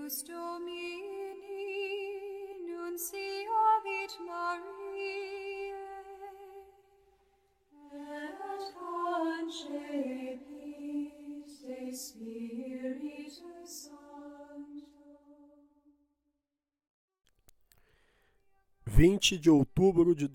Deus Domini, nunciavit Mariae, et concepit de Spiritus Sancto. 20 de outubro de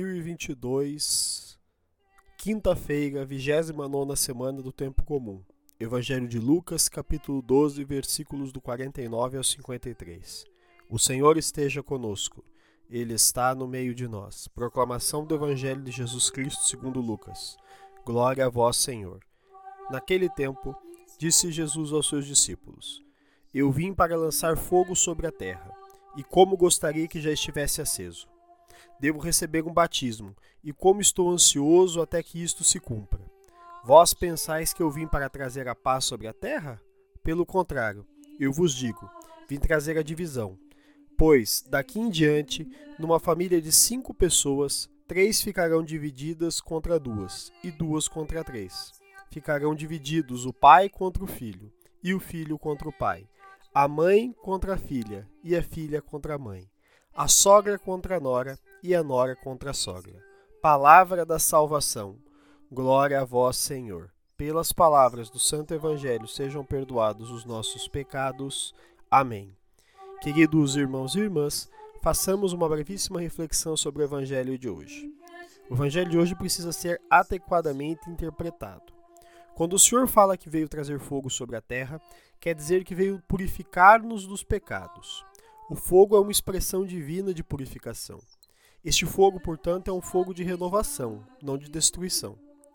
2022, quinta-feira, 29ª semana do Tempo Comum. Evangelho de Lucas, capítulo 12, versículos do 49 ao 53. O Senhor esteja conosco. Ele está no meio de nós. Proclamação do Evangelho de Jesus Cristo segundo Lucas. Glória a vós, Senhor. Naquele tempo, disse Jesus aos seus discípulos: Eu vim para lançar fogo sobre a terra, e como gostaria que já estivesse aceso. Devo receber um batismo, e como estou ansioso até que isto se cumpra. Vós pensais que eu vim para trazer a paz sobre a terra? Pelo contrário, eu vos digo, vim trazer a divisão. Pois, daqui em diante, numa família de 5 pessoas, 3 ficarão divididas contra 2, e 2 contra 3. Ficarão divididos o pai contra o filho, e o filho contra o pai, a mãe contra a filha, e a filha contra a mãe, a sogra contra a nora, e a nora contra a sogra. Palavra da salvação. Glória a vós, Senhor. Pelas palavras do Santo Evangelho sejam perdoados os nossos pecados. Amém. Queridos irmãos e irmãs, façamos uma brevíssima reflexão sobre o Evangelho de hoje. O Evangelho de hoje precisa ser adequadamente interpretado. Quando o Senhor fala que veio trazer fogo sobre a terra, quer dizer que veio purificar-nos dos pecados. O fogo é uma expressão divina de purificação. Este fogo, portanto, é um fogo de renovação, não de destruição.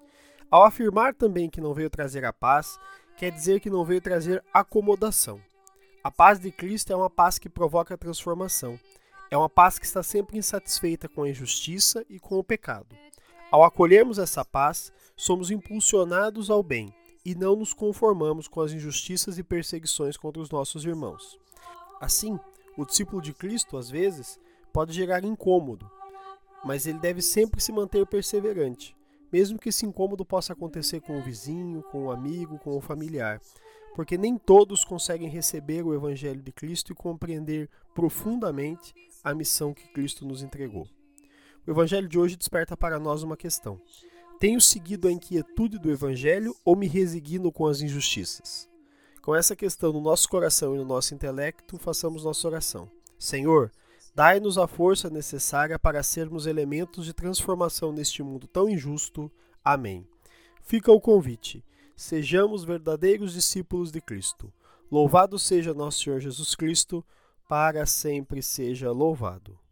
Ao afirmar também que não veio trazer a paz, quer dizer que não veio trazer acomodação. A paz de Cristo é uma paz que provoca transformação. É uma paz que está sempre insatisfeita com a injustiça e com o pecado. Ao acolhermos essa paz, somos impulsionados ao bem e não nos conformamos com as injustiças e perseguições contra os nossos irmãos. Assim, o discípulo de Cristo, às vezes, pode gerar incômodo, mas ele deve sempre se manter perseverante, mesmo que esse incômodo possa acontecer com o vizinho, com o amigo, com o familiar, porque nem todos conseguem receber o Evangelho de Cristo e compreender profundamente a missão que Cristo nos entregou. O Evangelho de hoje desperta para nós uma questão: tenho seguido a inquietude do Evangelho ou me resigno com as injustiças? Com essa questão no nosso coração e no nosso intelecto, façamos nossa oração. Senhor, dai-nos a força necessária para sermos elementos de transformação neste mundo tão injusto. Amém. Fica o convite. Sejamos verdadeiros discípulos de Cristo. Louvado seja nosso Senhor Jesus Cristo, para sempre seja louvado.